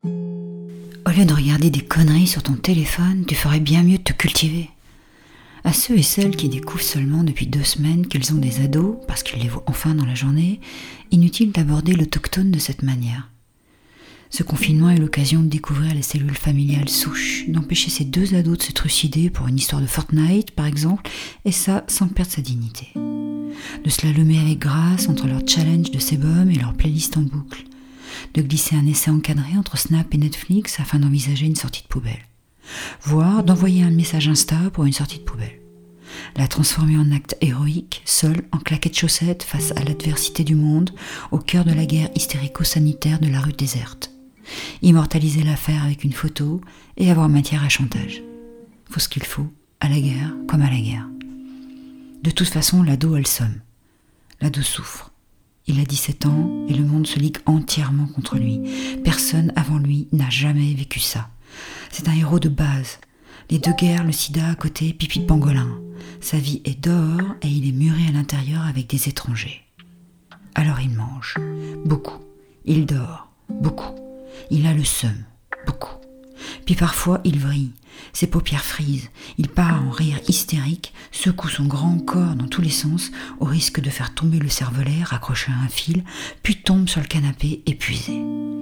Au lieu de regarder des conneries sur ton téléphone, tu ferais bien mieux de te cultiver. À ceux et celles qui découvrent seulement depuis 2 semaines qu'ils ont des ados, parce qu'ils les voient enfin dans la journée, inutile d'aborder l'autochtone de cette manière. Ce confinement est l'occasion de découvrir les cellules familiales souches, d'empêcher ces 2 ados de se trucider pour une histoire de Fortnite, par exemple, et ça sans perdre sa dignité. De slalomer avec grâce entre leur challenge de sébum et leur playlist en boucle. De glisser un essai encadré entre Snap et Netflix afin d'envisager une sortie de poubelle. Voire d'envoyer un message Insta pour une sortie de poubelle. La transformer en acte héroïque, seul, en claquette chaussette face à l'adversité du monde, au cœur de la guerre hystérico-sanitaire de la rue déserte. Immortaliser l'affaire avec une photo et avoir matière à chantage. Faut ce qu'il faut, à la guerre comme à la guerre. De toute façon, l'ado a le somme. L'ado souffre. Il a 17 ans et le monde se ligue entièrement contre lui. Personne avant lui n'a jamais vécu ça. C'est un héros de base. Les 2 guerres, le sida à côté, pipi de pangolin. Sa vie est dehors et il est muré à l'intérieur avec des étrangers. Alors il mange. Beaucoup. Il dort. Beaucoup. Il a le seum. Beaucoup. Puis parfois il vrille. Ses paupières frisent. Il part en rire hystérique, secoue son grand corps dans tous les sens, au risque de faire tomber le cervelet raccroché à un fil, puis tombe sur le canapé épuisé.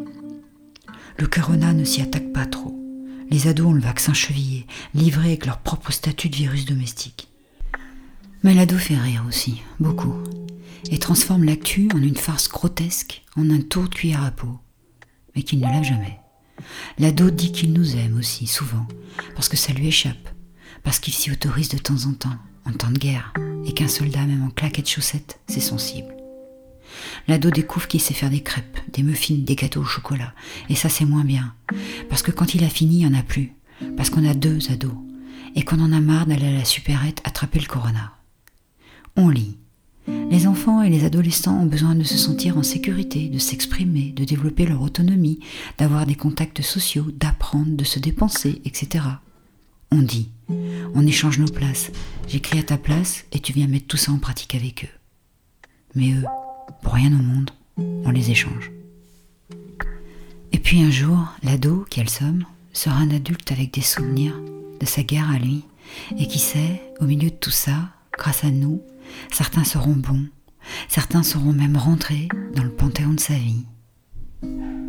Le corona ne s'y attaque pas trop. Les ados ont le vaccin chevillé, livrés avec leur propre statut de virus domestique. Mais l'ado fait rire aussi, beaucoup, et transforme l'actu en une farce grotesque, en un tour de cuillère à peau, mais qu'il ne lave jamais. L'ado dit qu'il nous aime aussi, souvent, parce que ça lui échappe, parce qu'il s'y autorise de temps en temps de guerre, et qu'un soldat, même en claquettes chaussettes, c'est son cible. L'ado découvre qu'il sait faire des crêpes, des muffins, des gâteaux au chocolat, et ça c'est moins bien, parce que quand il a fini, il n'y en a plus, parce qu'on a 2 ados, et qu'on en a marre d'aller à la supérette attraper le corona. On lit. Les enfants et les adolescents ont besoin de se sentir en sécurité, de s'exprimer, de développer leur autonomie, d'avoir des contacts sociaux, d'apprendre, de se dépenser, etc. On dit, on échange nos places, j'écris à ta place et tu viens mettre tout ça en pratique avec eux. Mais eux, pour rien au monde, on les échange. Et puis un jour, l'ado, qui a le somme, sera un adulte avec des souvenirs de sa guerre à lui, et qui sait, au milieu de tout ça, grâce à nous, certains seront bons, certains seront même rentrés dans le panthéon de sa vie.